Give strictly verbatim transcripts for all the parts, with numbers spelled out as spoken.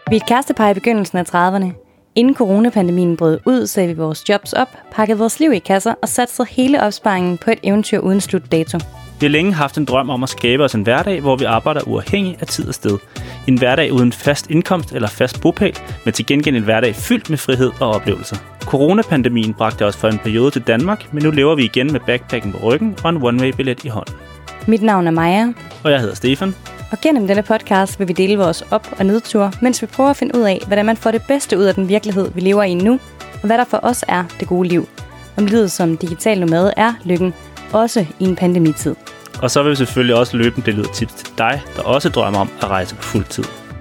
Vi er et kærestepar i begyndelsen af trediverne. Inden coronapandemien brød ud, sagde vi vores jobs op, pakkede vores liv i kasser og satsede hele opsparingen på et eventyr uden slutdato. Vi har længe haft en drøm om at skabe os en hverdag, hvor vi arbejder uafhængigt af tid og sted. En hverdag uden fast indkomst eller fast bopæl, men til gengæld en hverdag fyldt med frihed og oplevelser. Coronapandemien bragte os for en periode til Danmark, men nu lever vi igen med backpacken på ryggen og en one-way-billet i hånden. Mit navn er Maja. Og jeg hedder Stefan. Og gennem denne podcast vil vi dele vores op- og nedture, mens vi prøver at finde ud af, hvordan man får det bedste ud af den virkelighed, vi lever i nu, og hvad der for os er det gode liv. Om livet som digital nomade er lykken, også i en pandemitid. Og så vil vi selvfølgelig også løbende dele ud af tips til dig, der også drømmer om at rejse på fuld tid.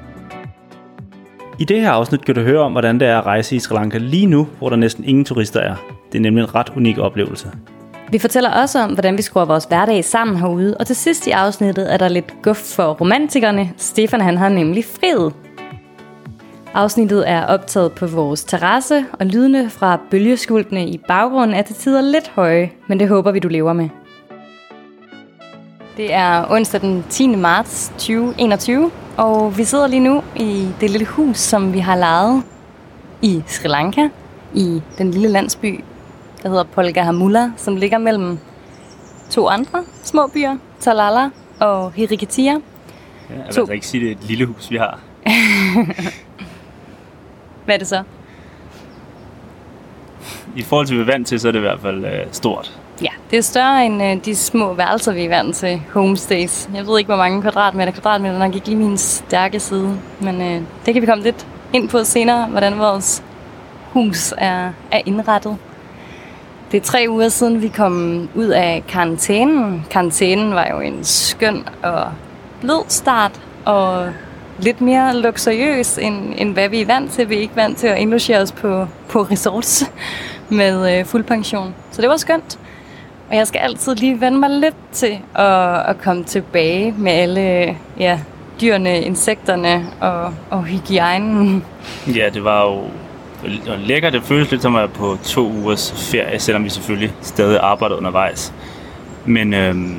I det her afsnit kan du høre om, hvordan det er at rejse i Sri Lanka lige nu, hvor der næsten ingen turister er. Det er nemlig en ret unik oplevelse. Vi fortæller også om, hvordan vi skruer vores hverdag sammen herude, og til sidst i afsnittet er der lidt guf for romantikerne. Stefan han har nemlig friet. Afsnittet er optaget på vores terrasse, og lydene fra bølgeskvulpene i baggrunden er til tider lidt høje, men det håber vi, du lever med. Det er onsdag den tiende marts tyve enogtyve, og vi sidder lige nu i det lille hus, som vi har lejet i Sri Lanka, i den lille landsby, der hedder Polgahamula, som ligger mellem to andre små byer, Talala og Hirikatia. Ja, jeg vil to. altså ikke sige, det er et lille hus, vi har. Hvad er det så? I forhold til, hvad vi er vant til, så er det i hvert fald øh, stort. Ja, det er større end øh, de små værelser, vi er vant til, homestays. Jeg ved ikke, hvor mange kvadratmeter. Kvadratmeter nok ikke lige min stærke side, men øh, det kan vi komme lidt ind på senere, hvordan vores hus er, er indrettet. Det er tre uger siden, vi kom ud af karantænen. Karantænen var jo en skøn og blød start, og lidt mere luksuriøs, end, end hvad vi er vant til. Vi er ikke vant til at indlogere os på, på resorts med øh, fuld pension. Så det var skønt. Og jeg skal altid lige vende mig lidt til at, at komme tilbage med alle ja, dyrene, insekterne og, og hygiejnen. Ja, det var jo lækkert. Det føles lidt som at være på to ugers ferie, selvom vi selvfølgelig stadig arbejder undervejs. Men øhm,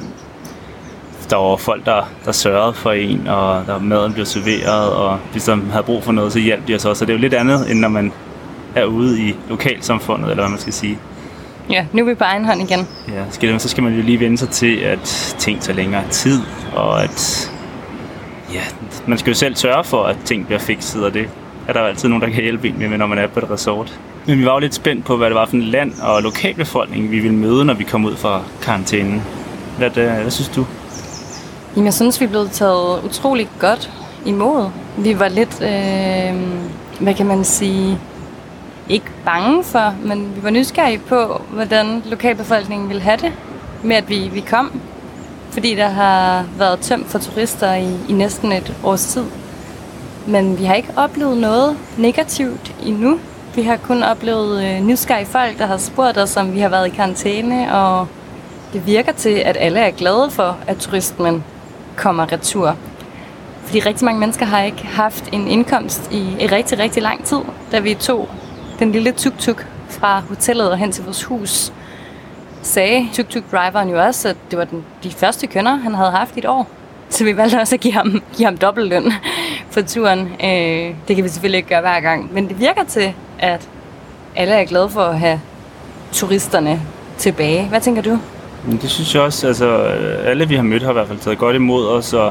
der var folk, der, der sørgede for en, og der maden blev serveret, og hvis de havde brug for noget, så hjalp de os også. Så det er jo lidt andet, end når man er ude i lokalsamfundet, eller hvad man skal sige. Ja, nu er vi på egen hånd igen. Ja, skal, så skal man jo lige vende sig til, at ting tager længere tid, og at ja, man skal jo selv sørge for, at ting bliver fikset, og det er der jo altid nogen, der kan hjælpe en med, når man er på et resort. Men vi var jo lidt spændt på, hvad det var for en land og lokalbefolkning, vi ville møde, når vi kom ud fra karantænen. Hvad, det, hvad synes du? Jamen, jeg synes, vi er blevet taget utrolig godt imod. Vi var lidt, øh, hvad kan man sige, ikke bange for, men vi var nysgerrige på, hvordan lokalbefolkningen ville have det med, at vi, vi kom. Fordi der har været tømt for turister i, i næsten et års tid. Men vi har ikke oplevet noget negativt endnu. Vi har kun oplevet øh, nysgerrige folk, der har spurgt os, om vi har været i karantæne, og det virker til, at alle er glade for, at turismen kommer retur. Fordi rigtig mange mennesker har ikke haft en indkomst i, i rigtig, rigtig lang tid, da vi tog den lille tuk-tuk fra hotellet og hen til vores hus. Sagde tuk-tuk-driveren jo også, at det var den, de første kunder, han havde haft i et år. Så vi valgte også at give ham, give ham dobbeltløn for turen. Øh, det kan vi selvfølgelig ikke gøre hver gang. Men det virker til, at alle er glade for at have turisterne tilbage. Hvad tænker du? Det synes jeg også. Altså, alle vi har mødt har i hvert fald taget godt imod os. Og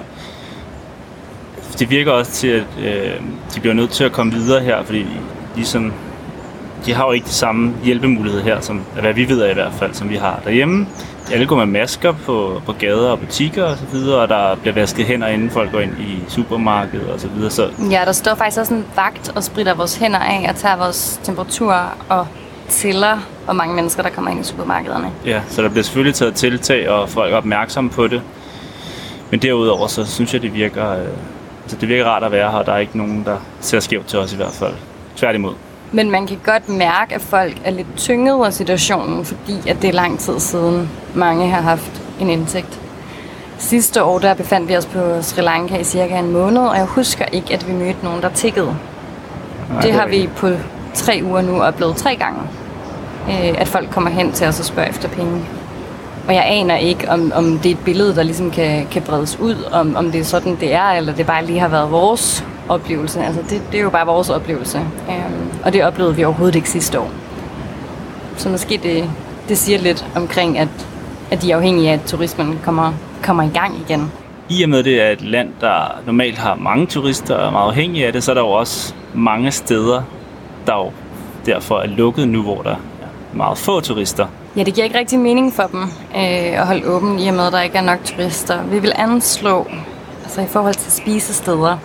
det virker også til, at øh, de bliver nødt til at komme videre her. Fordi ligesom, de har jo ikke de samme hjælpemuligheder her, som, hvad vi ved af i hvert fald, som vi har derhjemme. Alle går med masker på, på gader og butikker og så videre, og der bliver vasket hænder, inden folk går ind i supermarkedet og så videre. Så ja, der står faktisk også en vagt og spritter vores hænder af og tager vores temperatur og tæller, hvor mange mennesker, der kommer ind i supermarkederne. Ja, så der bliver selvfølgelig taget tiltag, og folk er opmærksomme på det. Men derudover, så synes jeg, det virker, øh, altså det virker rart at være her, og der er ikke nogen, der ser skævt til os i hvert fald. Tværtimod. Men man kan godt mærke, at folk er lidt tynget af situationen, fordi at det er lang tid siden, mange har haft en indtægt. Sidste år, der befandt vi os på Sri Lanka i cirka en måned, og jeg husker ikke, at vi mødte nogen, der tiggede. Nej, det har vi på tre uger nu oplevet tre gange, at folk kommer hen til os og spørger efter penge. Og jeg aner ikke, om, om det er et billede, der ligesom kan, kan bredes ud, om, om det er sådan, det er, eller det bare lige har været vores oplevelse. Altså det, det er jo bare vores oplevelse. Øhm, og det oplevede vi overhovedet ikke sidste år. Så måske det, det siger lidt omkring, at, at de er afhængige af, at turismen kommer, kommer i gang igen. I og med det er et land, der normalt har mange turister og er meget afhængige af det, så er der jo også mange steder, der jo derfor er lukket nu, hvor der er meget få turister. Ja, det giver ikke rigtig mening for dem øh, at holde åben, i og med, at der ikke er nok turister. Vi vil anslå, altså i forhold til spisesteder,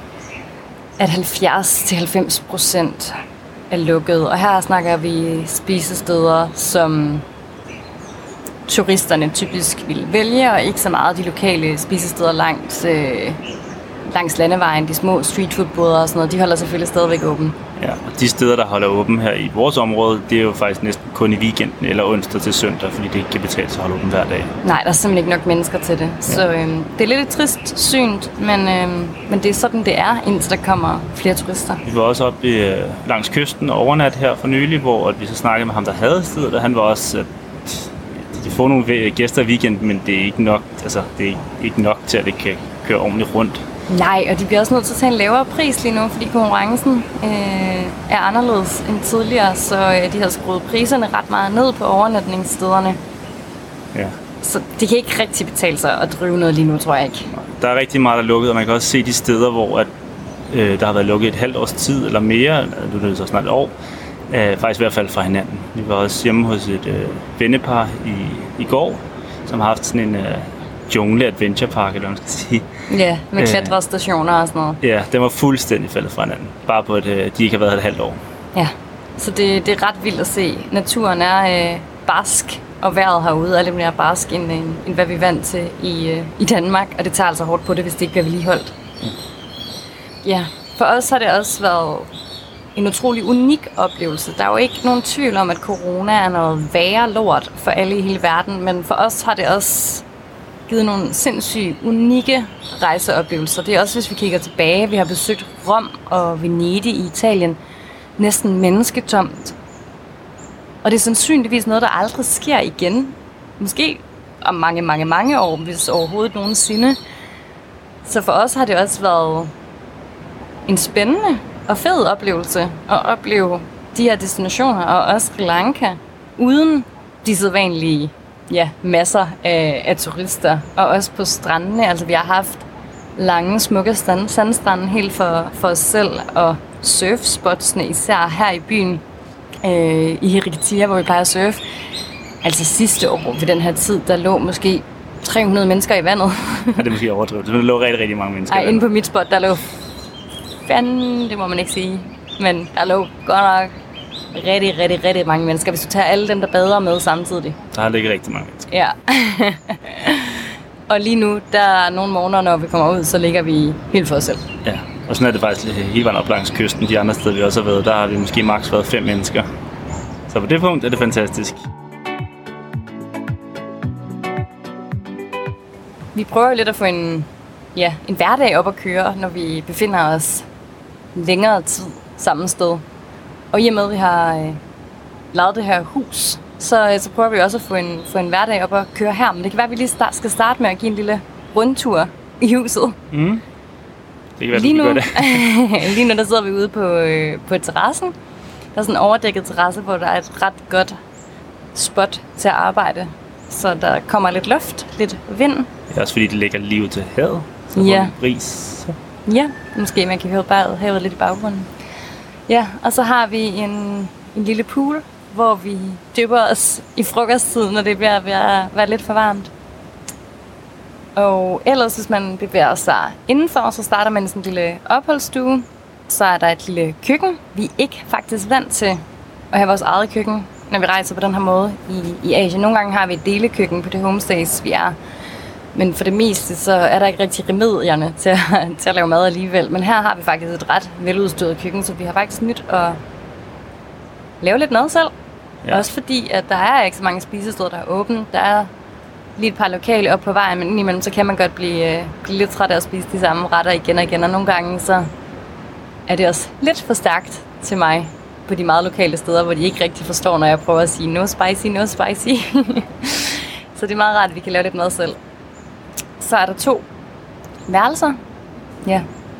at halvfjerds til halvfems procent er lukket. Og her snakker vi spisesteder, som turisterne typisk vil vælge, og ikke så meget de lokale spisesteder langs, øh, langs landevejen, de små streetfoodboder og sådan noget, de holder selvfølgelig stadigvæk åben. Ja, og de steder, der holder åben her i vores område, det er jo faktisk næsten kun i weekenden eller onsdag til søndag, fordi det ikke kan betale sig at holde åben hver dag. Nej, der er simpelthen ikke nok mennesker til det. Ja. Så øh, det er lidt et trist syn, men, øh, men det er sådan, det er, indtil der kommer flere turister. Vi var også oppe øh, langs kysten og overnat her for nylig, hvor at vi så snakkede med ham, der havde stedet, og han var også, at de får nogle gæster i weekenden, men det er ikke nok, altså, det er ikke nok til, at det kan køre ordentligt rundt. Nej, og de bliver også nødt til at tage en lavere pris lige nu, fordi konkurrencen øh, er anderledes end tidligere, så øh, de har skruet priserne ret meget ned på overnatningsstederne. Ja. Så det kan ikke rigtig betale sig at drive noget lige nu, tror jeg ikke. Der er rigtig meget, der er lukket, og man kan også se de steder, hvor at, øh, der har været lukket et halvt års tid eller mere, nu er det så snart et år, øh, faktisk i hvert fald fra hinanden. Vi var også hjemme hos et øh, vennepar i, i går, som har haft sådan en øh, jungle-adventure-park, eller hvad man skal sige. Ja, med klatrestationer og sådan noget. Ja, den var fuldstændig faldet fra hinanden. Bare på, at øh, de ikke har været her et halvt år. Ja, så det, det er ret vildt at se. Naturen er øh, barsk, og vejret herude er lidt mere barsk, end, end, end hvad vi er vant til i, øh, i Danmark. Og det tager altså hårdt på det, hvis det ikke bliver vedligeholdt. Mm. Ja, for os har det også været en utrolig unik oplevelse. Der er jo ikke nogen tvivl om, at corona er noget værre lort for alle i hele verden, men for os har det også givet nogle sindssygt unikke rejseoplevelser. Det er også, hvis vi kigger tilbage. Vi har besøgt Rom og Venedig i Italien. Næsten mennesketomt. Og det er sandsynligvis noget, der aldrig sker igen. Måske om mange, mange, mange år, hvis overhovedet nogensinde. Så for os har det også været en spændende og fed oplevelse at opleve de her destinationer, og også Sri Lanka, uden de sædvanlige ja, masser af, af turister. Og også på strandene. Altså, vi har haft lange, smukke stand, sandstrande helt for, for os selv, og surfspotsene, især her i byen, øh, i Hirikitia, hvor vi plejer at surfe. Altså sidste år ved den her tid, der lå måske tre hundrede mennesker i vandet. Ja, det er måske overdrevet. Der lå rigtig, rigtig mange mennesker. Ej, inde på mit spot, der lå fanden, det må man ikke sige. Men der lå godt nok rigtig, rigtig, rigtig mange mennesker. Hvis du tager alle dem, der bader med samtidig. Der har ligget rigtig mange mennesker. Ja. Og lige nu, der er nogle morgener, når vi kommer ud, så ligger vi helt for os selv. Ja, og sådan er det faktisk hele vejen op langs kysten. De andre steder, vi også har været, der har vi måske maks været fem mennesker. Så på det punkt er det fantastisk. Vi prøver lidt at få en, ja, en hverdag op at køre, når vi befinder os længere tid samme sted. Og i og med, at vi har øh, lavet det her hus, så, så prøver vi også at få en, få en hverdag op at køre her. Men det kan være, at vi lige start, skal starte med at give en lille rundtur i huset. Mm. Det kan være, lige, nu, nu, lige nu der sidder vi ude på, øh, på terrassen. Der er sådan en overdækket terrasse, hvor der er et ret godt spot til at arbejde. Så der kommer lidt luft, lidt vind. Det er også fordi, det ligger lige ud til havet. Så ja. Bris. Ja, måske man kan høre bare havet lidt i baggrunden. Ja, og så har vi en, en lille pool, hvor vi dypper os i frokosttiden, når det bliver ved at være lidt for varmt. Og ellers, hvis man bevæger sig indenfor, så starter man i sådan en lille opholdsstue. Så er der et lille køkken. Vi er ikke faktisk vant til at have vores eget køkken, når vi rejser på den her måde i, i Asien. Nogle gange har vi et delekøkken på det homestays, vi er. Men for det meste, så er der ikke rigtig remedierne til at, til at lave mad alligevel. Men her har vi faktisk et ret veludstyret køkken, så vi har faktisk nyt at lave lidt mad selv. Ja. Også fordi, at der er ikke så mange spisesteder, der er åbne. Der er lige et par lokale op på vejen, men indimellem så kan man godt blive, uh, blive lidt træt af at spise de samme retter igen og igen. Og nogle gange så er det også lidt for stærkt til mig på de meget lokale steder, hvor de ikke rigtig forstår, når jeg prøver at sige no spicy, no spicy. Så det er meget rart, at vi kan lave lidt mad selv. Så er der to værelser. Ja,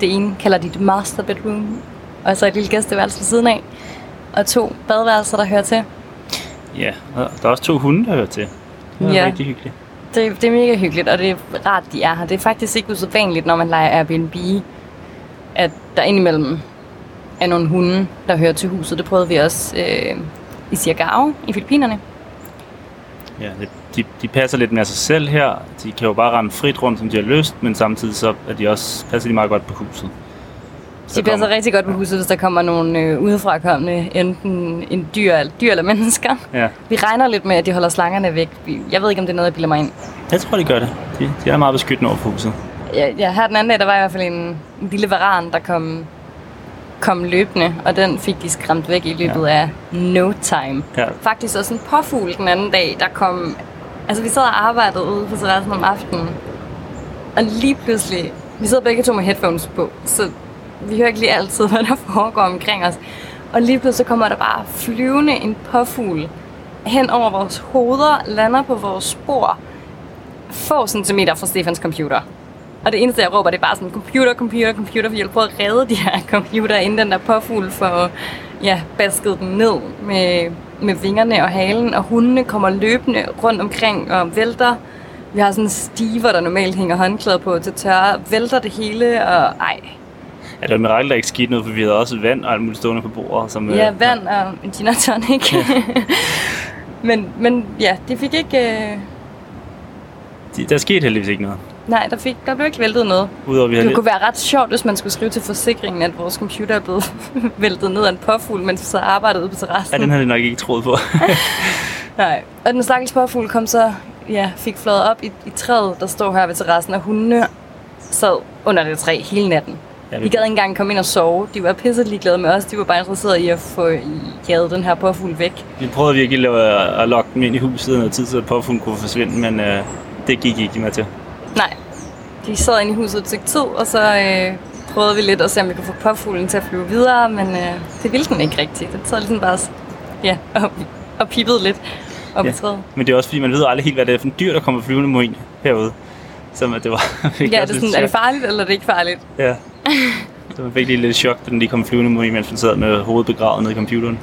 Det ene kalder de et master bedroom, og så et lille gæsteværelse ved siden af, og to badeværelser, der hører til. Ja, og der er også to hunde, der hører til. Det er ja. rigtig hyggeligt. Det, det er mega hyggeligt, og det er rart, de er her. Det er faktisk ikke usædvanligt, når man leger Airbnb, at der indimellem er nogle hunde, der hører til huset. Det prøvede vi også øh, i Siargao i Filippinerne. Ja, de, de passer lidt med sig selv her. De kan jo bare rende frit rundt, som de har lyst, men samtidig så er de også, passer de meget godt på huset. Så de passer kommer, rigtig godt på huset, hvis der kommer nogle øh, udefrakommende, enten en dyr, dyr eller mennesker. Ja. Vi regner lidt med, at de holder slangerne væk. Jeg ved ikke, om det er noget, jeg bilder mig ind. Jeg tror, de gør det. De, de er meget beskyttende over for huset. Ja, ja, her den anden dag, der var i hvert fald en, en lille varan, der kom, kom løbende, og den fik de skræmt væk i løbet ja. af no time. Ja. Faktisk også en påfugl den anden dag, der kom... Altså, vi sad og arbejdede ude på terrassen om aftenen, og lige pludselig... Vi sidder begge to med headphones på, så vi hører ikke lige altid, hvad der foregår omkring os. Og lige pludselig kommer der bare flyvende en påfugl hen over vores hoveder, lander på vores spor, få centimeter fra Stefans computer. Og det eneste, jeg råber, det er bare sådan, computer, computer, computer, for jeg prøver at redde de her computer, inden den der påfugl får ja, basket den ned med, med vingerne og halen, og hundene kommer løbende rundt omkring og vælter. Vi har sådan en stiver, der normalt hænger håndklæder på til tørre, vælter det hele, og ej. Ja, det var et mirakel, der ikke skete noget, for vi havde også vand og alt muligt stående på bordet. Som, ja, vand og en gin og tonic. men, men ja, de fik ikke... Øh... De, der skete heldigvis ikke noget. Nej, der, fik, der blev ikke væltet noget. Udover, vi det lidt... kunne være ret sjovt, hvis man skulle skrive til forsikringen, at vores computer er blevet væltet ned af en påfugl, mens vi så arbejdede ude på terrassen. Ja, den havde jeg nok ikke troet på. Nej, og den stakkels påfugl kom så, ja, fik flået op i, i træet, der står her ved terrassen, og hundene sad under det træ hele natten. Ja, vi... De gad ikke engang komme ind og sove. De var pisset ligeglade med os. De var bare interesseret i at få jaget den her påfugl væk. Vi prøvede virkelig at, at lokke dem ind i huset noget tid, så påfuglen kunne forsvinde, men øh, det gik ikke med til. Nej, de sad inde i huset et stykke tid, og så øh, prøvede vi lidt at se, om vi kunne få påfuglen til at flyve videre, men øh, det ville den ikke rigtigt. Den sad ligesom bare ja, og, og pippede lidt op ja, i træet. Men det er også fordi, man ved aldrig helt, hvad det er for en dyr, der kommer flyvende mod en herude. Så det var ja, det er, sådan, er det farligt, eller er det ikke farligt? Ja. Så man fik lige lidt chok, da den lige kom flyvende mod en, mens man sad med hovedet begravet nede i computeren.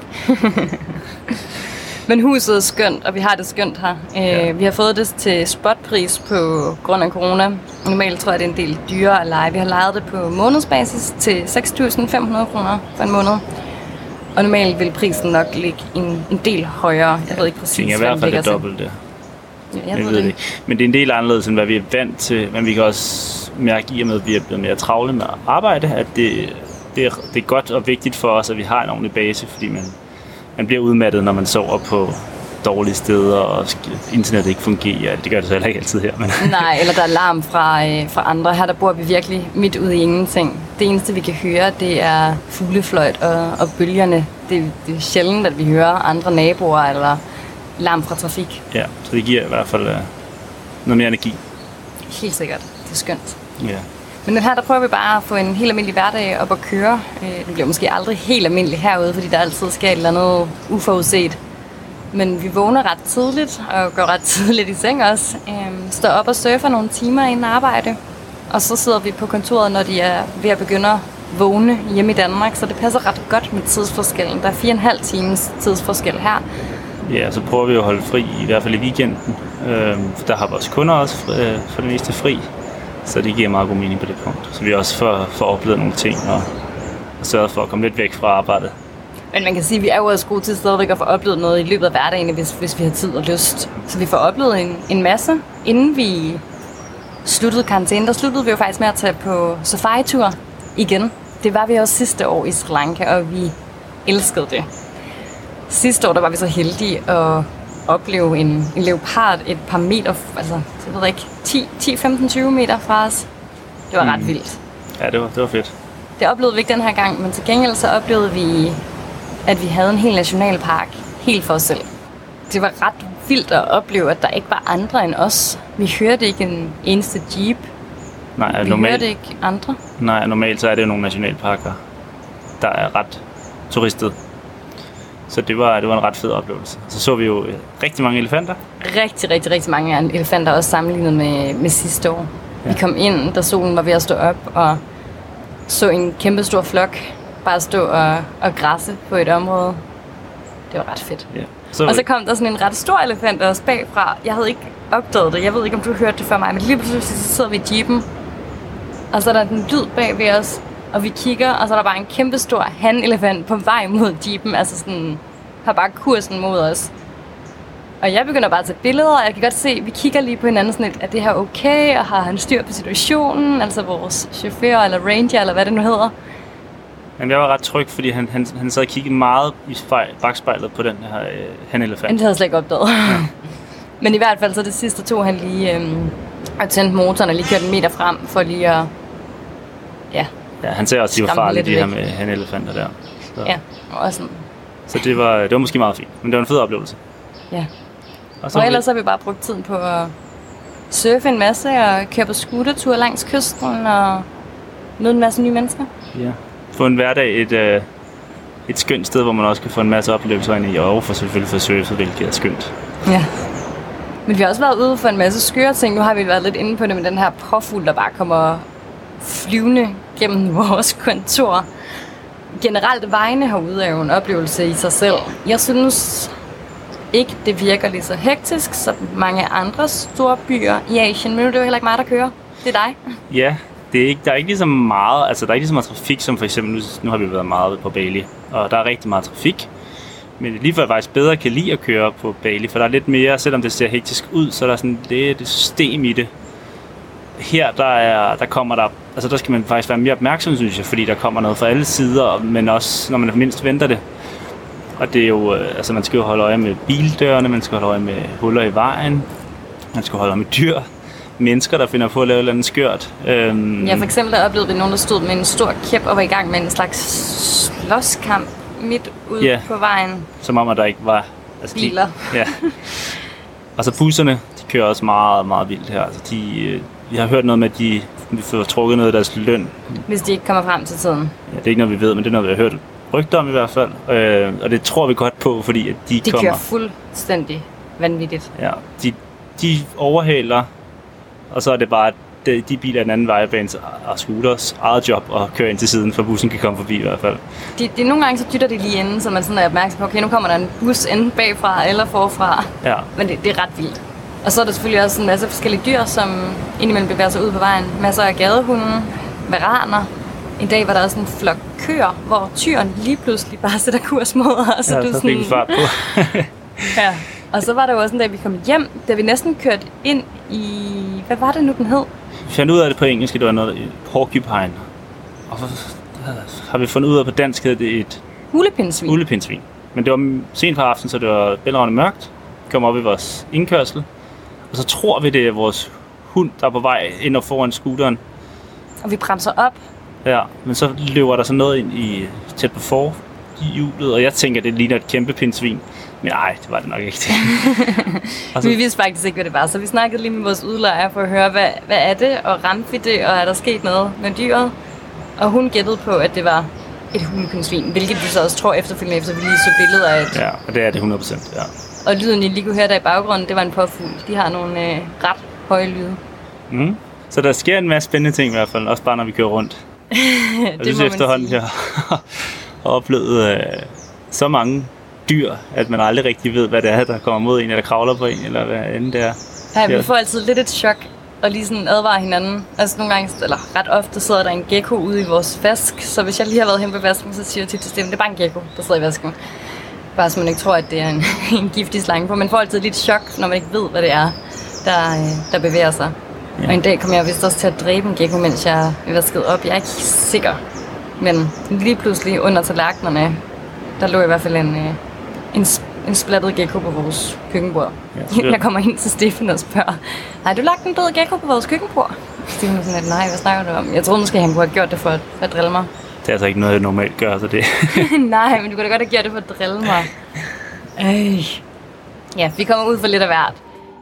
Men huset er skønt, og vi har det skønt her. Ja. Vi har fået det til spotpris på grund af corona. Normalt tror jeg, det er en del dyrere at lege. Vi har lejet det på månedsbasis til seks tusind fem hundrede kroner for en måned. Og normalt vil prisen nok ligge en, en del højere. Jeg ved ikke præcis, hvad den ligger til. Det er i hvert fald det dobbelte. Ja, jeg, jeg ved det ikke. Men det er en del anderledes, end hvad vi er vant til. Men vi kan også mærke i og med, at vi er blevet mere travle med at arbejde, at det, det, er, det er godt og vigtigt for os, at vi har en ordentlig base, fordi man, man bliver udmattet, når man sover på dårlige steder, og internettet ikke fungerer. Det gør det så heller ikke altid her. Men nej, eller der er larm fra, øh, fra andre. Her der bor vi virkelig midt ude i ingenting. Det eneste, vi kan høre, det er fuglefløjt og, og bølgerne. Det, det er sjældent, at vi hører andre naboer eller larm fra trafik. Ja, så det giver i hvert fald uh, noget mere energi. Helt sikkert. Det er skønt. Ja. Men den her, der prøver vi bare at få en helt almindelig hverdag op at køre. Den bliver måske aldrig helt almindelig herude, fordi der altid sker et eller andet uforudset. Men vi vågner ret tidligt, og går ret tidligt i seng også. Øhm, står op og surfer nogle timer inden arbejde. Og så sidder vi på kontoret, når de er ved at begynde at vågne hjemme i Danmark. Så det passer ret godt med tidsforskellen. Der er fire og en halv times tidsforskel her. Ja, så prøver vi at holde fri, i hvert fald i weekenden. Øhm, der har vores kunder også øh, for det meste fri. Så det giver meget god mening på det punkt. Så vi også får, får oplevet nogle ting og, og sørget for at komme lidt væk fra arbejdet. Men man kan sige, at vi er jo også gode til stadigvæk at få oplevet noget i løbet af hverdagen, hvis, hvis vi har tid og lyst. Så vi får oplevet en, en masse. Inden vi sluttede karantæne, der sluttede vi jo faktisk med at tage på safari-tur igen. Det var vi også sidste år i Sri Lanka, og vi elskede det. Sidste år der var vi så heldige at opleve en, en leopard et par meter, altså jeg ved ikke, ti, femten, tyve meter fra os. Det var mm. ret vildt. Ja, det var, det var fedt. Det oplevede vi ikke den her gang, men til gengæld så oplevede vi, at vi havde en hel nationalpark helt for os selv. Det var ret vildt at opleve, at der ikke var andre end os. Vi hørte ikke en eneste jeep. Nej, vi normalt, hørte ikke andre. Nej, normalt så er det jo nogle nationalparker, der er ret turistet. Så det var, det var en ret fed oplevelse. Så så vi jo rigtig mange elefanter. Rigtig, rigtig, rigtig mange elefanter, også sammenlignet med, med sidste år. Ja. Vi kom ind, da solen var ved at stå op, og så en kæmpe stor flok bare stå og, og græsse på et område. Det var ret fedt. Ja. Så... Og så kom der sådan en ret stor elefant også bagfra. Jeg havde ikke opdaget det. Jeg ved ikke, om du hørte det før mig, men lige pludselig så sidder vi i jeepen. Og så er der den lyd bag ved os, og vi kigger, og så er der bare en kæmpe stor hanelefant på vej mod jeepen. Altså sådan, har bare kursen mod os. Og jeg begynder bare at tage billeder, og jeg kan godt se, at vi kigger lige på hinanden sådan lidt, er det her okay, og har han styr på situationen? Altså vores chauffør, eller ranger, eller hvad det nu hedder. Jamen, jeg var ret tryg, fordi han, han, han sad og kiggede meget i spejl, bagspejlet på den her øh, hanelefant. Det havde jeg slet ikke opdaget. Ja. Men i hvert fald så det sidste tog han lige øhm, og tændte motoren og lige kørte en meter frem for lige at... Ja, ja han sagde også, at de var farlige, de her med hanelefanter der. Så. Ja, og sådan. Så det var, det var måske meget fint, men det var en fed oplevelse. Ja. Og, så og ellers vi... har vi bare brugt tiden på at surfe en masse og køre på scootertur langs kysten og møde en masse nye mennesker. Ja. Få en hverdag et, øh, et skønt sted, hvor man også kan få en masse oplevelser ind i, og for selvfølgelig for surfet, hvilket er skønt. Ja. Men vi har også været ude for en masse skøre ting. Nu har vi været lidt inde på det med den her påfugl, der bare kommer flyvende gennem vores kontor. Generelt vejene herude er jo en oplevelse i sig selv. Jeg synes ikke, det virker lige så hektisk som mange andre store byer i Asien. Men nu er det jo heller ikke mig, der kører. Det er dig. Ja, det er ikke, der er ikke lige så meget, altså der er ikke lige så meget trafik, som for eksempel, nu, nu har vi været meget på Bali, og der er rigtig meget trafik. Men lige for at jeg faktisk bedre kan lide at køre på Bali, for der er lidt mere, selvom det ser hektisk ud, så er der sådan lidt et system i det. Her, der, er, der kommer der, altså der skal man faktisk være mere opmærksom, synes jeg, fordi der kommer noget fra alle sider, men også når man mindst venter det. Og det er jo, altså man skal jo holde øje med bildørene, man skal holde øje med huller i vejen, man skal holde øje med dyr, mennesker, der finder på at lave et eller andet skørt. Øhm, ja, for eksempel der oplevede vi nogen, der stod med en stor kæp og var i gang med en slags slåskamp midt ude yeah. på vejen. Som om, at der ikke var altså biler. De, ja. Og så busserne, de kører også meget, meget vildt her. Altså de, jeg har hørt noget med, at de vi får trukket noget af deres løn. Hvis de ikke kommer frem til tiden. Ja, det er ikke noget, vi ved, men det er noget, vi har hørt rygter om i hvert fald. Øh, og det tror vi godt på, fordi at de, de kommer... De kører fuldstændig vanvittigt. Ja, de, de overhaler, og så er det bare de, de biler af den anden vejbane og scooters eget job og køre ind til siden, for bussen kan komme forbi i hvert fald. De, de, nogle gange så dytter de lige inden, så man sådan er opmærksom på, okay, nu kommer der en bus enten bagfra eller forfra. Ja. Men det, det er ret vildt. Og så er der selvfølgelig også en masse forskellige dyr, som indimellem bevæger sig ud på vejen. Masser af gadehunde, varaner. En dag var der også en flok køer, hvor tyren lige pludselig bare sætter kurs mod os. Ja, du så fik vi fart på. Ja. Og så var der jo også en dag, vi kom hjem, da vi næsten kørte ind i... Hvad var det nu, den hed? Vi fandt ud af det på engelsk, det var noget porcupine. Og så har vi fundet ud af på dansk, hed det et... Hulepindsvin. Hulepindsvin. Men det var sent på aftenen, så det var bælragende mørkt. Vi kom op i vores indkørsel. Og så tror vi, det er vores hund, der er på vej ind og foran scooteren. Og vi bremser op. Ja, men så løber der så noget ind i tæt på forhjulet, og jeg tænker, det ligner et kæmpe pindsvin. Men nej, det var det nok ikke. Så... Vi vidste faktisk ikke, hvad det var, så vi snakkede lige med vores udlejer for at høre, hvad, hvad er det, og ramte vi det, og er der sket noget med dyret? Og hun gættede på, at det var et hulepindsvin, hvilket vi så også tror efterfølgende, efter vi lige så billeder af et... Ja, og det er det hundrede procent, ja. Og lyden, I lige kunne høre der i baggrunden, det var en påfugl. De har nogle øh, ret høje lyde. Mm. Så der sker en masse spændende ting i hvert fald, også bare når vi kører rundt. det synes, må efterhånden, jeg har oplevet øh, så mange dyr, at man aldrig rigtig ved, hvad det er, der kommer mod en, eller kravler på en, eller hvad end det er. Ja, vi får altid lidt et chok, og lige sådan advare hinanden. Altså nogle gange, eller ret ofte sidder der en gecko ude i vores vask, så hvis jeg lige har været hen på vasken, så siger jeg tit til stemmen, det er bare en gecko, der sidder i vasken. Bare så man ikke tror, at det er en, en giftig slange på. Man får altid lidt chok, når man ikke ved, hvad det er, der, der bevæger sig. Ja. Og en dag kom jeg vist også til at dræbe en gecko, mens jeg vaskede op. Jeg er ikke sikker, men lige pludselig under tallerkenerne, der lå i hvert fald en, en, en splattet gecko på vores køkkenbord. Ja, jeg kommer ind til Stefan og spørger, har du lagt en død gecko på vores køkkenbord? Stefan er sådan, nej, hvad snakker du om? Jeg troede måske, han kunne have gjort det for at, for at drille mig. Det er altså ikke noget, jeg normalt gør, så det... Nej, men du kunne da godt have gjort det for at drille mig. Øh. Ja, vi kommer ud for lidt af hvert.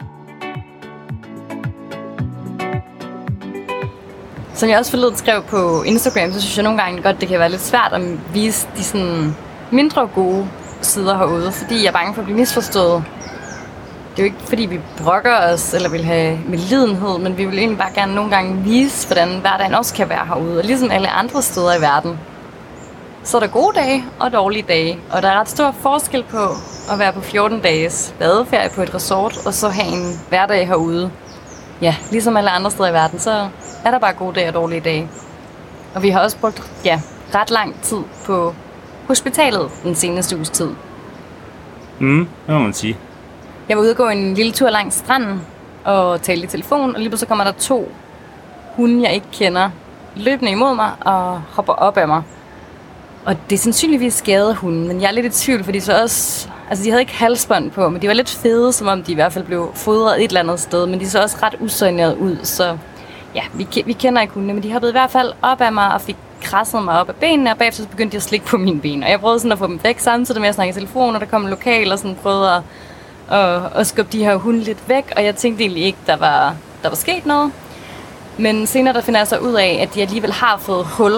Som jeg også forleden skrev på Instagram, så synes jeg nogle gange godt, det kan være lidt svært at vise de sådan mindre gode sider herude, fordi jeg er bange for at blive misforstået. det er jo ikke, fordi vi brokker os, eller vil have medlidenhed, men vi vil egentlig bare gerne nogle gange vise, hvordan hverdagen også kan være herude. Og ligesom alle andre steder i verden, så er der gode dage og dårlige dage. Og der er ret stor forskel på at være på fjorten dages badeferie på et resort, og så have en hverdag herude. Ja, ligesom alle andre steder i verden, så er der bare gode dage og dårlige dage. Og vi har også brugt ja, ret lang tid på hospitalet den seneste uges tid. Mm, det må man sige. Jeg var ude og gå en lille tur langs stranden og tale i telefon, og lige pludselig kommer der to hunde, jeg ikke kender, løbende imod mig og hopper op af mig. Og det er sandsynligvis skadede hunde, men jeg er lidt i tvivl, fordi så også, altså de havde ikke halsbånd på, men de var lidt fede, som om de i hvert fald blev fodret et eller andet sted, men de så også ret usøgneret ud, så ja, vi, vi kender ikke hundene, men de hoppede i hvert fald op af mig og fik krasset mig op af benene, og bagefter så begyndte de at slikke på mine ben, og jeg prøvede sådan at få dem væk samtidig med at snakke i telefon, og der kom en lokal og sådan prøvede at, at, at skubbe de her hunde lidt væk, og jeg tænkte egentlig ikke, der var, der var sket noget. Men senere der finder jeg så ud af, at de alligevel har fået hul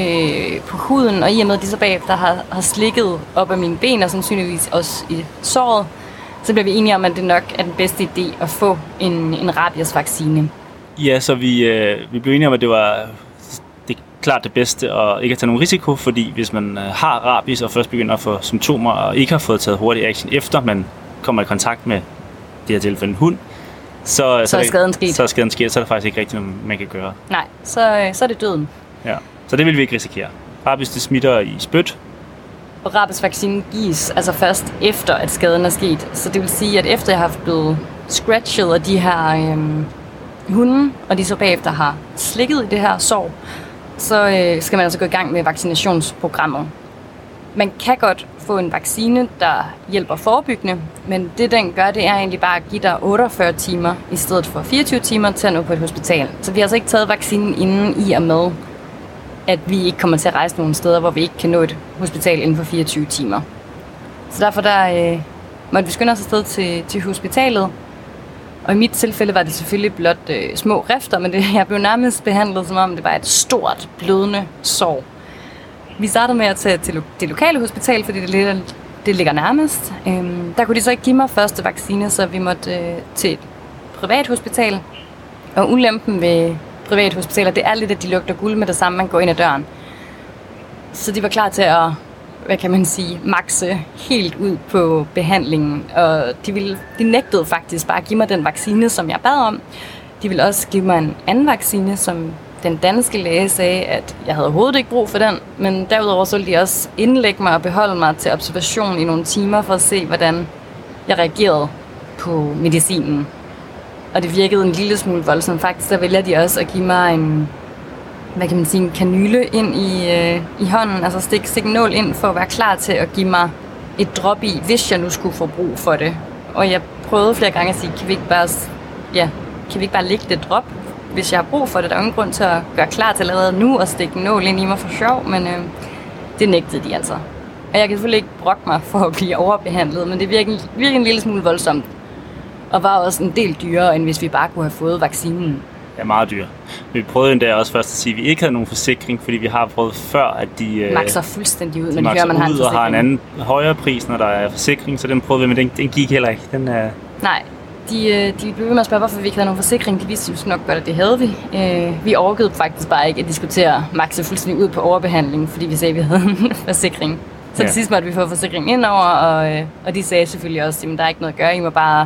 øh, på huden, og i og med, at de så bagefter har, har slikket op af mine ben, og sandsynligvis også i såret, så bliver vi enige om, at det nok er den bedste idé at få en, en rabiesvaccine. Ja, så vi, øh, vi blev enige om, at det var det er klart det bedste at ikke at tage nogen risiko, fordi hvis man øh, har rabies og først begynder at få symptomer, og ikke har fået taget hurtig action efter man kommer i kontakt med det her tilfælde en hund, Så, så, så er skaden sket. Så er skaden sket, så er der faktisk ikke rigtig noget, man kan gøre. Nej, så, så er det døden. Ja, så det vil vi ikke risikere. Rabies, det smitter i spyt. Og rabiesvaccinen gives altså først efter, at skaden er sket. Så det vil sige, at efter jeg har blevet scratchet af de her øhm, hunde, og de så bagefter har slikket i det her sår, så øh, skal man altså gå i gang med vaccinationsprogrammet. Man kan godt få en vaccine, der hjælper forebyggende, men det den gør, det er egentlig bare at give dig otteogfyrre timer i stedet for fireogtyve timer til at nå på et hospital. Så vi har altså ikke taget vaccinen inden i og med, at vi ikke kommer til at rejse nogle steder, hvor vi ikke kan nå et hospital inden for fireogtyve timer. Så derfor der, øh, måtte vi skynde os afsted til, til hospitalet, og i mit tilfælde var det selvfølgelig blot øh, små rifter, men det, jeg blev nærmest behandlet, som om det var et stort, blødende sår. Vi startede med at tage til det lokale hospital, fordi det ligger, det ligger nærmest. Øhm, der kunne de så ikke give mig første vaccine, så vi måtte øh, til et privat hospital. Og ulempen ved private hospitaler, det er lidt, at de lugter guld med det samme, man går ind ad døren. Så de var klar til at, hvad kan man sige, makse helt ud på behandlingen. Og de, ville, de nægtede faktisk bare at give mig den vaccine, som jeg bad om. De ville også give mig en anden vaccine, som den danske læge sagde, at jeg havde overhovedet ikke brug for den, men derudover så ville de også indlægge mig og beholde mig til observation i nogle timer for at se, hvordan jeg reagerede på medicinen. Og det virkede en lille smule voldsomt. Faktisk så vælger de også at give mig en, hvad kan man sige, en kanyle ind i, øh, i hånden, altså stik, stik en nål ind for at være klar til at give mig et drop i, hvis jeg nu skulle få brug for det. Og jeg prøvede flere gange at sige, kan vi ikke bare, ja, kan vi ikke bare lægge det drop, hvis jeg har brug for det. Der er ingen grund til at gøre klar til allerede nu og stikke en nål ind i mig for sjov, men øh, det nægtede de altså. Og jeg kan selvfølgelig ikke brokke mig for at blive overbehandlet, men det virker, virker en lille smule voldsomt. Og var også en del dyrere, end hvis vi bare kunne have fået vaccinen. Ja, meget dyr. Vi prøvede endda også først at sige, at vi ikke havde nogen forsikring, fordi vi har prøvet før, at de øh, makser fuldstændig ud, når de hører, man har en forsikring. Og har en anden højere pris, når der er forsikring, så den prøvede vi, men den, den gik heller ikke. Den, øh... Nej. De, de blev ved med at spørge, hvorfor vi ikke havde nogen forsikring. De vidste jo nok godt, at det havde vi. Øh, vi orkede faktisk bare ikke at diskutere makse fuldstændig ud på overbehandling, fordi vi sagde, at vi havde en forsikring. Så ja. Til sidst måtte vi få forsikringen indover, og, øh, og de sagde selvfølgelig også, at der er ikke noget at gøre. I må bare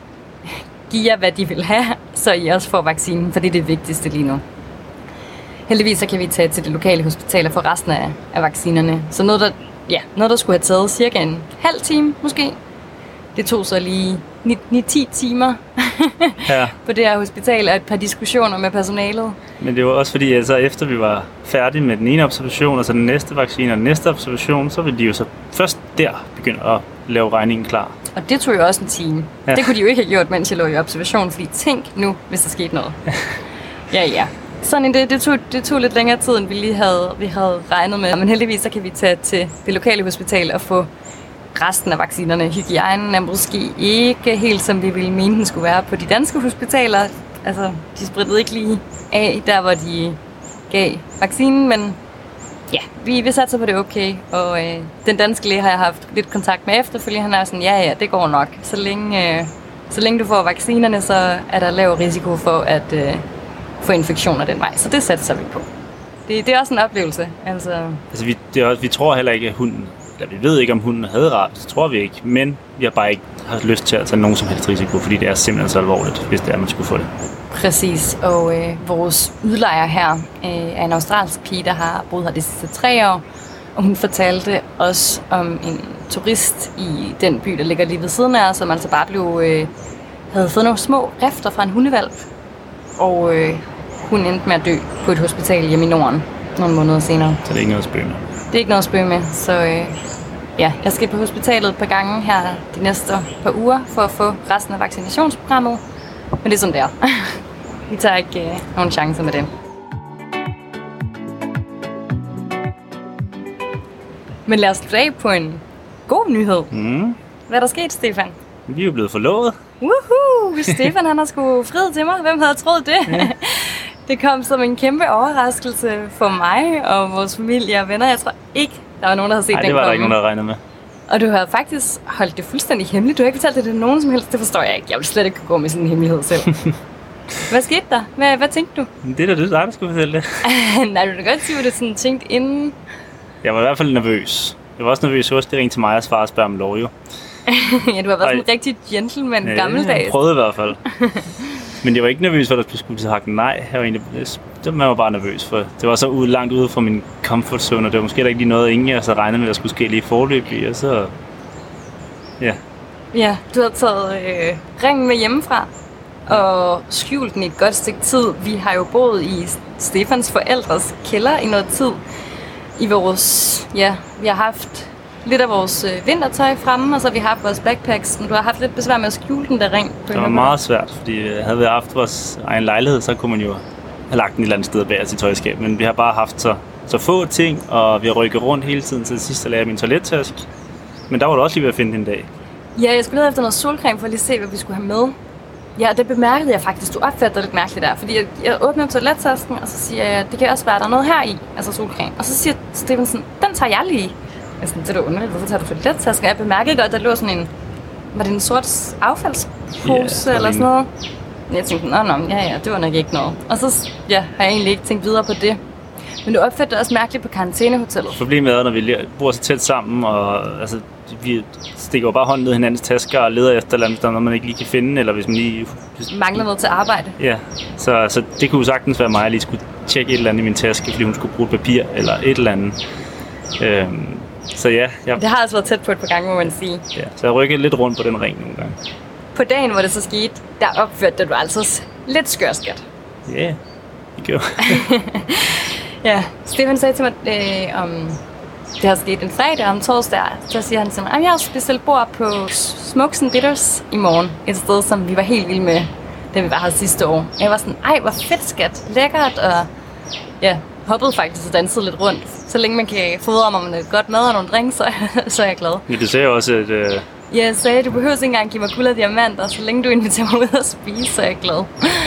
give jer, hvad de vil have, så I også får vaccinen, for det er det vigtigste lige nu. Heldigvis så kan vi tage til det lokale hospital og få resten af, af vaccinerne. Så noget der, ja, noget, der skulle have taget cirka en halv time måske. Det tog så lige ni til ti timer ja. på det her hospital og et par diskussioner med personalet. Men det var også fordi, altså, efter vi var færdige med den ene observation, og så den næste vaccine og den næste observation, så ville de jo så først der begynde at lave regningen klar. Og det tog jo også en time. Ja. Det kunne de jo ikke have gjort, mens jeg lå i observation, fordi tænk nu, hvis der skete noget. ja, ja. Sådan det, det, tog, det tog lidt længere tid, end vi lige havde, vi havde regnet med. Men heldigvis så kan vi tage til det lokale hospital og få resten af vaccinerne. Hygiejnen er måske ikke helt, som vi ville mene, den skulle være på de danske hospitaler. Altså, de sprittede ikke lige af, der hvor de gav vaccinen, men ja, vi, vi satte sig på det okay. Og øh, den danske læge har jeg haft lidt kontakt med efterfølgende. Han er sådan, ja, ja, det går nok. Så længe, øh, så længe du får vaccinerne, så er der lav risiko for at øh, få infektioner den vej. Så det satser vi på. Det, det er også en oplevelse. Altså, altså vi, det er også, vi tror heller ikke, at hunden, eller vi ved ikke, om hunden havde rabies, det tror vi ikke, men vi har bare ikke haft lyst til at tage nogen som helst risiko, fordi det er simpelthen så alvorligt, hvis det er, man skulle få det. Præcis, og øh, vores udlejer her øh, er en australsk pige, der har boet her de sidste tre år, og hun fortalte os om en turist i den by, der ligger lige ved siden af os, som altså bare blev, øh, havde fået nogle små rifter fra en hundevalp, og øh, hun endte med at dø på et hospital hjemme i Norden nogle måneder senere. Så det er ikke noget at spøge med? Det er ikke noget at spøge med, så øh, ja, jeg skal på hospitalet et par gange her de næste par uger for at få resten af vaccinationsprogrammet, men det er sådan der. Vi tager ikke øh, nogen chancer med det. Men lad os slutte af på en god nyhed. Mm. Hvad er der sket, Stefan? Vi er jo blevet forlovet. Woohoo! Stefan han har sgu friet til mig. Hvem havde troet det? Ja. Det kom som en kæmpe overraskelse for mig og vores familie og venner. Jeg tror ikke, der var nogen, der havde set Ej, den det var komme. der ikke nogen, der regnede med. Og du har faktisk holdt det fuldstændig hemmeligt. Du har ikke fortalt det til nogen som helst. Det forstår jeg ikke. Jeg vil slet ikke kunne gå med sådan en hemmelighed selv. Hvad skete der? Hvad, hvad tænkte du? Det er da det, der skulle fortælle det. Nej, du kan godt sige, hvad du sådan tænkte inden. Jeg var i hvert fald nervøs. Jeg var også nervøs, også det ringte til mig og svarede og spørge om lov, jo. Ja, du har været sådan en rigtig gentleman ja, gammeldags. Jeg prøvede i hvert fald. Men jeg var ikke nervøs for, at der skulle sagt nej. Jeg var egentlig, det man var bare nervøs for. Det var så ude, langt ude fra min comfort zone, og det var måske ikke lige noget, ingen jeg så regnede med, at der skulle ske lige forløbig. Og så, ja. Ja, du har taget øh, ringen med hjemmefra og skjult den i et godt stykke tid. Vi har jo boet i Stefans forældres kælder i noget tid. I vores, ja, vi har haft lidt af vores øh, vintertøj fremme, og så har vi haft vores backpacks. Men du har haft lidt besvær med at skjule den der ring. Det var meget svært, fordi havde vi haft vores egen lejlighed, så kunne man jo have lagt den et eller andet sted bag os i tøjskab. Men vi har bare haft så, så få ting, og vi har rykket rundt hele tiden. Til sidst lagde jeg min toilettaske. Men der var du også lige ved at finde en dag. Ja, jeg skulle lede efter noget solcreme for at lige se, hvad vi skulle have med. Ja, det bemærkede jeg faktisk. Du opfattede lidt mærkeligt der, fordi jeg, jeg åbner toilettasken, og så siger jeg, det kan også være, der er noget her i, altså solcreme. Og så siger Stevenson, den tager jeg lige. Jeg sådan, det er da underligt, hvorfor tager du toilettasken? Jeg bemærkede godt, at der lå sådan en, var det en sort affaldspose yeah, eller sådan noget? Jeg tænkte, nå, nå, ja, ja, det var nok ikke noget. Og så ja, har jeg egentlig ikke tænkt videre på det. Men du opfattede det også mærkeligt på karantænehotellet. Problemet er, når vi bor så tæt sammen, og altså, vi stikker jo bare hånden ned i hinandens tasker og leder efter et eller andet, man ikke lige kan finde, eller hvis man lige... Mangler noget til arbejde. Ja, så, så det kunne jo sagtens være mig, at jeg lige skulle tjekke et eller andet i min taske, fordi hun skulle bruge papir eller et eller andet. Øhm, så ja... Jeg... Det har altså været tæt på et par gange, må man sige. Ja, så jeg rykkede lidt rundt på den ring nogle gange. På dagen, hvor det så skete, der opførte du altså lidt skørskat. Ja, yeah, det gjorde Ja, Stefan sagde til mig, øh, om det har sket en fredag om torsdag, så siger han til mig, at jeg har bestilt bord på Smokes and Bitters i morgen. Et sted, som vi var helt vilde med, da vi var her sidste år. Jeg var sådan, ej, hvor fedt skat, lækkert, og ja, hoppede faktisk og dansede lidt rundt. Så længe man kan fodre mig med et godt mad og nogle drinks, så, så er jeg glad. Ja, du sagde også, at... Øh... Ja, jeg sagde, du behøver ikke engang give mig guld og diamanter, så længe du inviterer mig ud og spise, så er jeg glad.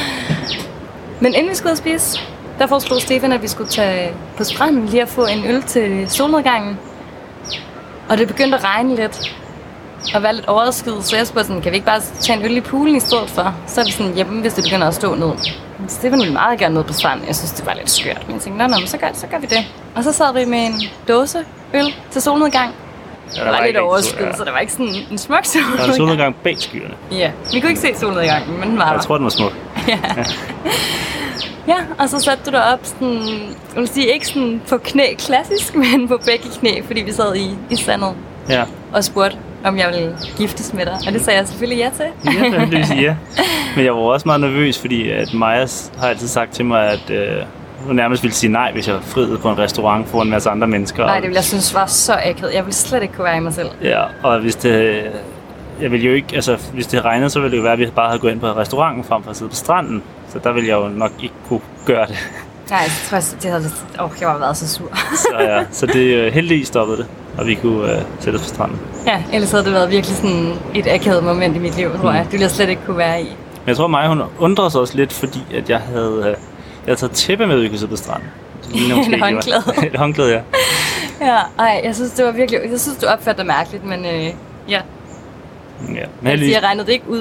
Men inden vi skulle ud og spise, der foreslog Stefan, at vi skulle tage på stranden lige at få en øl til solnedgangen. Og det begyndte at regne lidt og være lidt overskyet, så jeg spurgte sådan, kan vi ikke bare tage en øl i poolen i stedet for? Så er vi sådan hjemme, hvis det begynder at stå ned. Men Stefan ville meget gerne ned på stranden. Jeg synes, det var lidt skørt. Men jeg tænkte, nå, nå, så gør, så gør vi det. Og så sad vi med en dåse øl til solnedgang. Ja, der var, var lidt overskyet, ja. Så der var ikke sådan en smuk solnedgang. Der var en solnedgang bag skyerne. Ja, vi kunne ikke se solnedgangen, men den var der. Jeg tror, den var smuk. Ja. Ja. Ja, og så satte du dig op sådan, jeg vil sige ikke sådan på knæ klassisk, men på begge knæ, fordi vi sad i, i sandet. Ja. Og spurgte, om jeg ville giftes med dig. Og det sagde jeg selvfølgelig ja til. Ja, det vil sige ja. Men jeg var også meget nervøs, fordi at Maja har altid sagt til mig, at øh, hun nærmest ville sige nej, hvis jeg friede på en restaurant for en masse andre mennesker. Nej, det ville jeg synes var så akavet. Jeg ville slet ikke kunne være i mig selv. Ja, og hvis det... Jeg ville jo ikke, altså hvis det regnede, så ville det jo være, at vi bare havde gået ind på restauranten frem for at sidde på stranden. Så der ville jeg jo nok ikke kunne gøre det. Nej, jeg tror, det havde åh, jeg var været så sur. så ja, så det heldigvis stoppede det, og vi kunne uh, sætte os på stranden. Ja, ellers havde det været virkelig sådan et akavet moment i mit liv, tror jeg. Det ville jeg slet ikke kunne være i. Men jeg tror, Maja, hun undrede sig også lidt, fordi at jeg havde, uh, jeg havde taget tæppe med, at vi kunne sidde på stranden. Et håndklæde. Et håndklæde, ja. Ja, ej, jeg synes, det var virkelig, jeg synes, du opførte dig mærkeligt, men øh, ja. Ja, men altså, jeg regnede det ikke ud.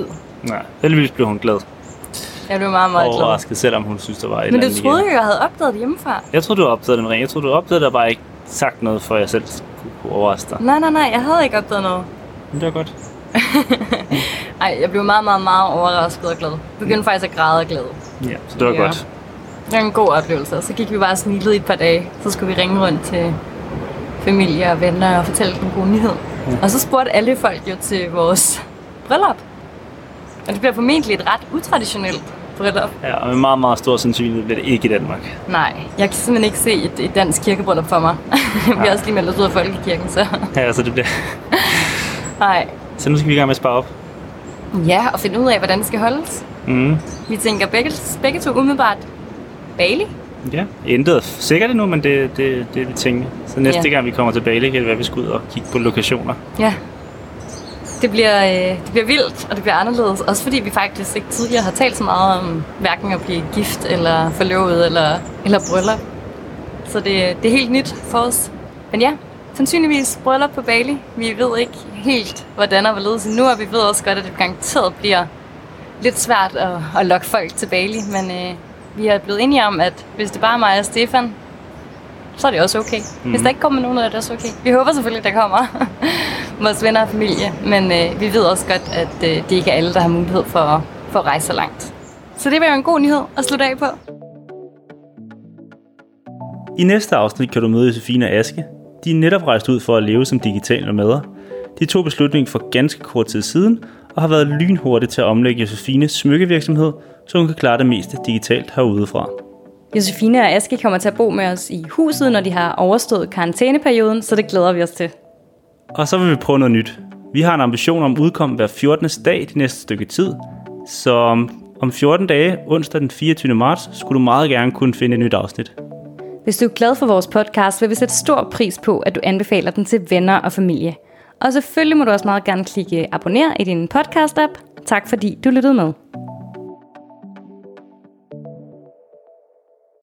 Nej, heldigvis blev hun glad. Jeg blev meget, meget glad. Overrasket, selvom hun synes, der var et Men eller du troede igen. jo, jeg havde opdaget det hjemmefra. Jeg troede, du havde opdaget den ring. Jeg troede, du havde opdaget det, og bare ikke sagt noget, for jeg selv kunne, kunne overraske dig. Nej, nej, nej, jeg havde ikke opdaget noget. Men det var godt. Ej, jeg blev meget, meget, meget overrasket og glad. Jeg begyndte faktisk at græde af glæde. Ja, så det var Ja. godt. Det var en god oplevelse, og så gik vi bare smilet i et par dage. Så skulle vi ringe rundt til familie og venner og fortælle dem gode nyhed. Ja. Og så spurgte alle folk jo til vores bryllup. Og det bliver formentlig et ret utraditionelt bryllup. Ja, og med meget, meget stor sandsynlighed bliver det ikke i Danmark. Nej, jeg kan simpelthen ikke se et, et dansk kirkebryllup for mig. Jeg bliver også lige meldt ud af folkekirken, så... Ja, så det bliver... Nej. Så nu skal vi i gang med at spare op. Ja, og finde ud af, hvordan det skal holdes. Mm. Vi tænker begge, begge to umiddelbart Bali. Ja, ændret sikkert endnu, men det, det, det er vi tænker. Så næste Ja. gang vi kommer til Bali, kan det være, vi skal ud og kigge på lokationer. Ja. Det bliver, øh, det bliver vildt, og det bliver anderledes. Også fordi vi faktisk ikke tidligere har talt så meget om hverken at blive gift, eller forlovet, eller, eller bryllup. Så det, det er helt nyt for os. Men ja, sandsynligvis bryllup på Bali. Vi ved ikke helt, hvordan og hvorledes nu, og vi ved også godt, at det garanteret bliver lidt svært at, at lokke folk til Bali. Men øh, vi er blevet enige om, at hvis det bare er mig og Stefan, så er det også okay. Mm-hmm. Hvis der ikke kommer nogen, er det også okay. Vi håber selvfølgelig, at der kommer vores venner og familie, men øh, vi ved også godt, at øh, det ikke er alle, der har mulighed for, for at rejse så langt. Så det var jo en god nyhed at slutte af på. I næste afsnit kan du møde Josefine og Aske. De er netop rejst ud for at leve som digitale nomader. De tog beslutningen for ganske kort tid siden, og har været lynhurtige til at omlægge Josefines smykkevirksomhed, så hun kan klare det meste digitalt herudefra. Josefine og Aske kommer til at bo med os i huset, når de har overstået karantæneperioden, så det glæder vi os til. Og så vil vi prøve noget nyt. Vi har en ambition om at udkomme hver fjortende dag de næste stykke tid. Så om fjorten dage, onsdag den fireogtyvende marts, skulle du meget gerne kunne finde et nyt afsnit. Hvis du er glad for vores podcast, vil vi sætte stor pris på, at du anbefaler den til venner og familie. Og selvfølgelig må du også meget gerne klikke abonner i din podcast-app. Tak fordi du lyttede med.